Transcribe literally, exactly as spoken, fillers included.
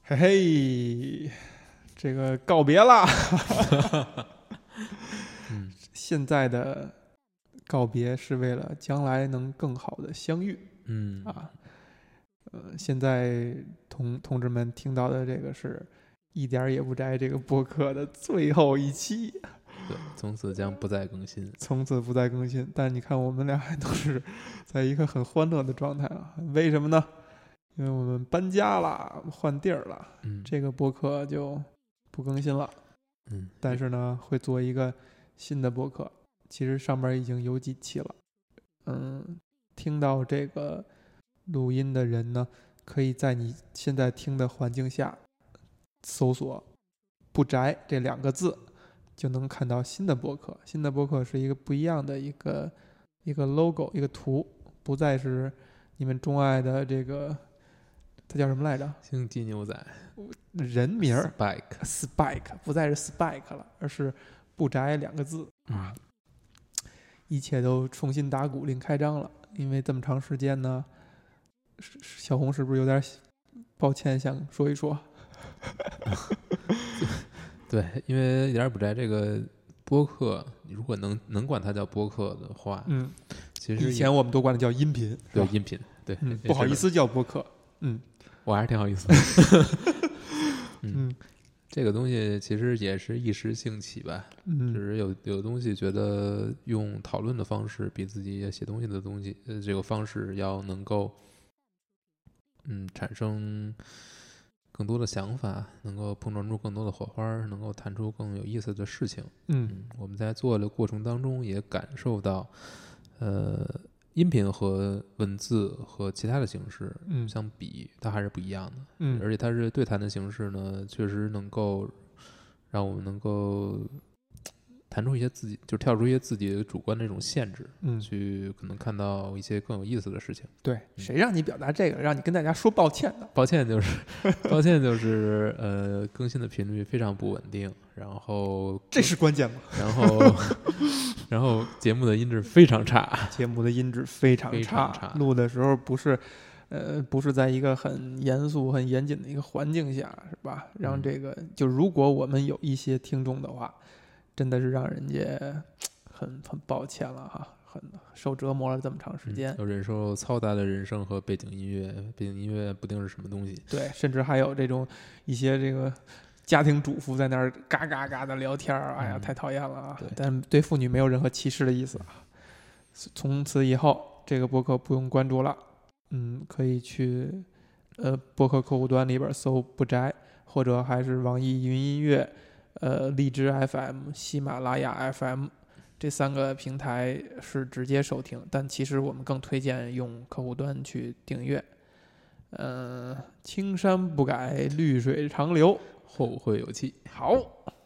嘿嘿，这个告别啦。 嗯， 现在的告别是为了将来能更好的相遇。 嗯啊，呃，现在同同志们听到的这个是一点也不宅这个播客的最后一期， 对，从此将不再更新， 从此不再更新。但你看，我们俩还都是在一个很欢乐的状态啊。为什么呢？因为我们搬家了，换地儿了， 嗯， 这个播客就不更新了。 嗯， 但是呢，会做一个新的播客。其实上面已经有几期了。嗯，听到这个录音的人呢，可以在你现在听的环境下搜索“不宅”这两个字，就能看到新的播客。新的播客是一个不一样的一个一个 logo， 一个图，不再是你们钟爱的这个，它叫什么来着？ 星际牛仔人名 Spike Spike 不再是 Spike 了，而是不宅两个字啊。一切都重新打鼓另开张了。因为这么长时间呢，小红是不是有点抱歉想说一说？ 对，因为一点不宅这个播客，如果能能管它叫播客的话， 嗯， 其实以前我们都管它叫音频， 对音频，对、 嗯，不好意思叫播客，嗯， 我还是挺好意思的。嗯， 嗯， 这个东西其实也是一时兴起吧， 嗯， 只是有有东西觉得用讨论的方式比自己写东西的东西，呃，这个方式要能够，嗯，产生更多的想法，能够碰撞出更多的火花，能够谈出更有意思的事情。 嗯， 嗯，我们在做的过程当中也感受到，呃，音频和文字和其他的形式嗯相比，它还是不一样的。 嗯， 而且它是对谈的形式呢，确实能够让我们能够弹出一些自己，就跳出一些自己的主观的这种限制， 嗯， 去可能看到一些更有意思的事情。 对，谁让你表达这个，让你跟大家说抱歉的？ 抱歉，就是抱歉，就是呃，更新的频率非常不稳定，然后这是关键吗？ 然后然后节目的音质非常差， 节目的音质非常非差， 常差录的时候不是，呃，不是在一个很严肃、很严谨的一个环境下，是吧？让这个，就如果我们有一些听众的话，真的是让人家很很抱歉了哈，很受折磨了这么长时间。 嗯、要忍受嘈杂的人声和背景音乐，背景音乐不定是什么东西。 对，甚至还有这种一些这个家庭主妇在那儿嘎嘎嘎的聊天，哎呀， 嗯、 太讨厌了啊！ 对， 但对妇女没有任何歧视的意思啊。从此以后，这个播客不用关注了，嗯，可以去呃播客客户端里边搜不宅，或者还是网易云音乐、呃荔枝 F M、喜马拉雅 F M 这三个平台是直接收听，但其实我们更推荐用客户端去订阅。嗯、呃，青山不改，绿水长流， 后会有期。 好。